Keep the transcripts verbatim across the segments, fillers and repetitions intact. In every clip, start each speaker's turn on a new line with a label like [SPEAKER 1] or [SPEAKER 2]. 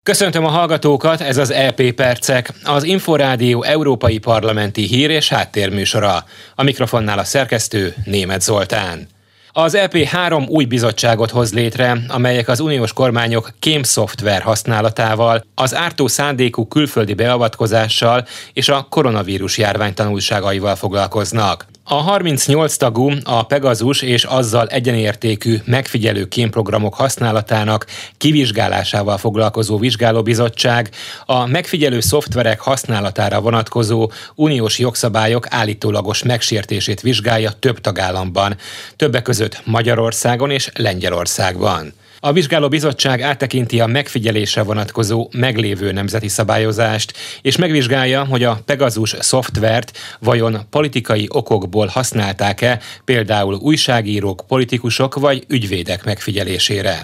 [SPEAKER 1] Köszöntöm a hallgatókat, ez az é pé Percek, az Inforádió európai parlamenti hír- és háttérműsora. A mikrofonnál a szerkesztő Németh Zoltán. Az é pé három új bizottságot hoz létre, amelyek az uniós kormányok kémszoftver használatával, az ártó szándékú külföldi beavatkozással és a koronavírus járvány tanulságaival foglalkoznak. A harmincnyolc tagú, a Pegasus és azzal egyenértékű megfigyelő kémprogramok használatának kivizsgálásával foglalkozó vizsgálóbizottság a megfigyelő szoftverek használatára vonatkozó uniós jogszabályok állítólagos megsértését vizsgálja több tagállamban, többek között Magyarországon és Lengyelországban. A vizsgálóbizottság áttekinti a megfigyelésre vonatkozó meglévő nemzeti szabályozást, és megvizsgálja, hogy a Pegasus szoftvert vajon politikai okokból használták-e, például újságírók, politikusok vagy ügyvédek megfigyelésére.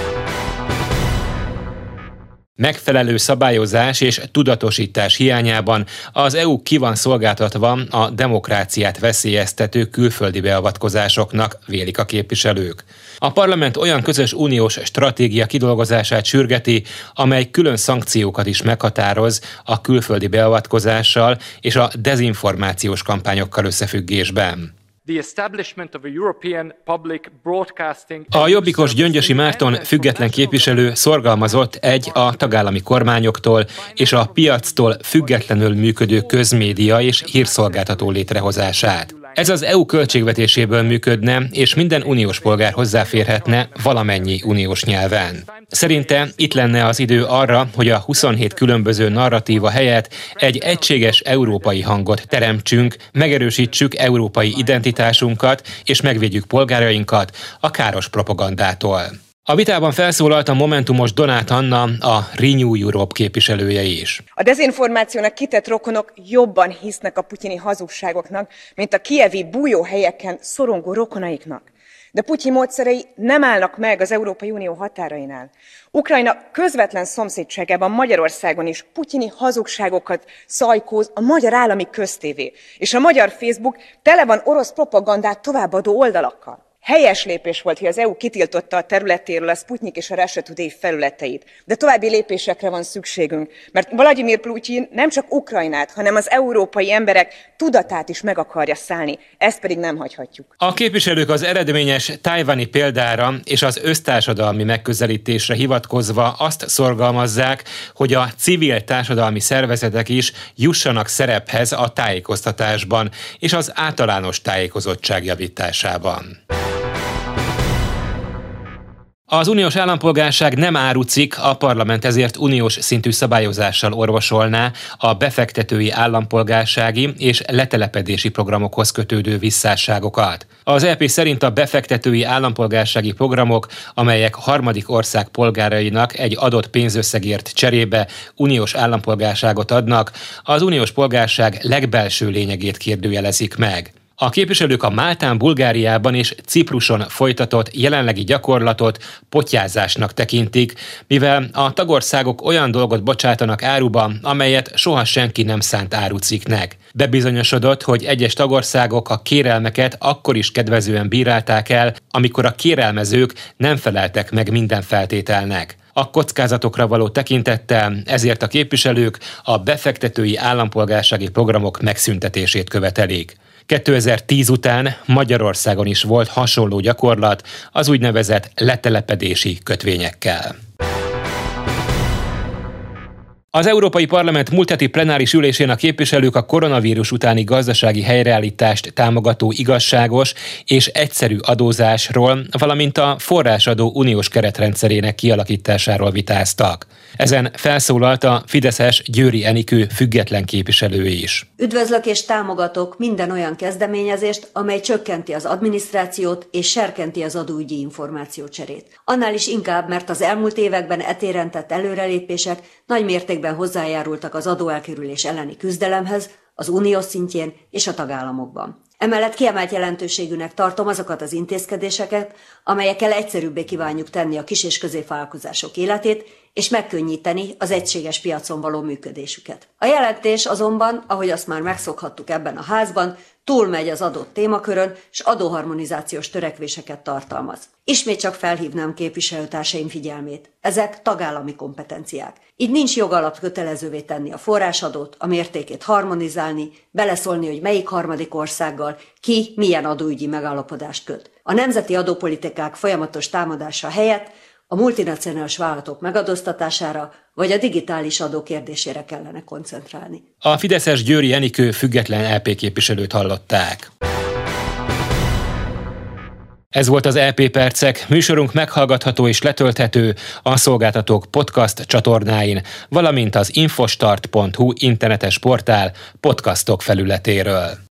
[SPEAKER 1] Megfelelő szabályozás és tudatosítás hiányában az é u ki van szolgáltatva a demokráciát veszélyeztető külföldi beavatkozásoknak, vélik a képviselők. A parlament olyan közös uniós stratégia kidolgozását sürgeti, amely külön szankciókat is meghatároz a külföldi beavatkozással és a dezinformációs kampányokkal összefüggésben. A jobbikos Gyöngyösi Márton független képviselő szorgalmazott egy a tagállami kormányoktól és a piactól függetlenül működő közmédia és hírszolgáltató létrehozását. Ez az é u költségvetéséből működne, és minden uniós polgár hozzáférhetne valamennyi uniós nyelven. Szerinte itt lenne az idő arra, hogy a huszonhét különböző narratíva helyett egy egységes európai hangot teremtsünk, megerősítsük európai identitásunkat, és megvédjük polgárainkat a káros propagandától. A vitában felszólalt a momentumos Donát Anna, a Renew Europe képviselője is.
[SPEAKER 2] A dezinformációnak kitett rokonok jobban hisznek a putyini hazugságoknak, mint a kijevi bújóhelyeken szorongó rokonaiknak. De Putyin módszerei nem állnak meg az Európai Unió határainál. Ukrajna közvetlen szomszédságában, Magyarországon is putyini hazugságokat szajkóz a magyar állami köztévé, és a magyar Facebook tele van orosz propagandát továbbadó oldalakkal. Helyes lépés volt, hogy az é u kitiltotta a területéről a Sputnik és a Russia Today felületeit, de további lépésekre van szükségünk, mert Vladimir Putyin nem csak Ukrajnát, hanem az európai emberek tudatát is meg akarja szállni, ezt pedig nem hagyhatjuk.
[SPEAKER 1] A képviselők az eredményes tajvani példára és az össztársadalmi megközelítésre hivatkozva azt szorgalmazzák, hogy a civil társadalmi szervezetek is jussanak szerephez a tájékoztatásban és az általános tájékozottság javításában. Az uniós állampolgárság nem árucikk, a parlament ezért uniós szintű szabályozással orvosolná a befektetői állampolgársági és letelepedési programokhoz kötődő visszásságokat. Az é pé szerint a befektetői állampolgársági programok, amelyek harmadik ország polgárainak egy adott pénzösszegért cserébe uniós állampolgárságot adnak, az uniós polgárság legbelső lényegét kérdőjelezik meg. A képviselők a Máltán, Bulgáriában és Cipruson folytatott jelenlegi gyakorlatot potyázásnak tekintik, mivel a tagországok olyan dolgot bocsátanak áruba, amelyet soha senki nem szánt árucikknek. Bebizonyosodott, hogy egyes tagországok a kérelmeket akkor is kedvezően bírálták el, amikor a kérelmezők nem feleltek meg minden feltételnek. A kockázatokra való tekintettel ezért a képviselők a befektetői állampolgársági programok megszüntetését követelik. kétezer-tíz után Magyarországon is volt hasonló gyakorlat az úgynevezett letelepedési kötvényekkel. Az Európai Parlament múlt heti plenáris ülésén a képviselők a koronavírus utáni gazdasági helyreállítást támogató igazságos és egyszerű adózásról, valamint a forrásadó uniós keretrendszerének kialakításáról vitáztak. Ezen felszólalt a fideszes Győri Enikő független képviselő is.
[SPEAKER 3] Üdvözlök és támogatok minden olyan kezdeményezést, amely csökkenti az adminisztrációt és serkenti az adóügyi információcserét. Annál is inkább, mert az elmúlt években e téren tett előrelépések nagy mértékben hozzájárultak az adóelkerülés elleni küzdelemhez, az unió szintjén és a tagállamokban. Emellett kiemelt jelentőségűnek tartom azokat az intézkedéseket, amelyekkel egyszerűbbé kívánjuk tenni a kis- és középvállalkozások életét, és megkönnyíteni az egységes piacon való működésüket. A jelentés azonban, ahogy azt már megszokhattuk ebben a házban, túlmegy az adott témakörön, és adóharmonizációs törekvéseket tartalmaz. Ismét csak felhívnám képviselőtársaim figyelmét. Ezek tagállami kompetenciák. Így nincs jogalap kötelezővé tenni a forrásadót, a mértékét harmonizálni, beleszólni, hogy melyik harmadik országgal ki milyen adóügyi megállapodást köt. A nemzeti adópolitikák folyamatos támadása helyett a multinacionális vállalatok megadóztatására vagy a digitális adó kérdésére kellene koncentrálni.
[SPEAKER 1] A fideszes Győri Enikő független é pé képviselőt hallották. Ez volt az é pé Percek, műsorunk meghallgatható és letölthető a szolgáltatók podcast csatornáin, valamint az infostart pont hu internetes portál podcastok felületéről.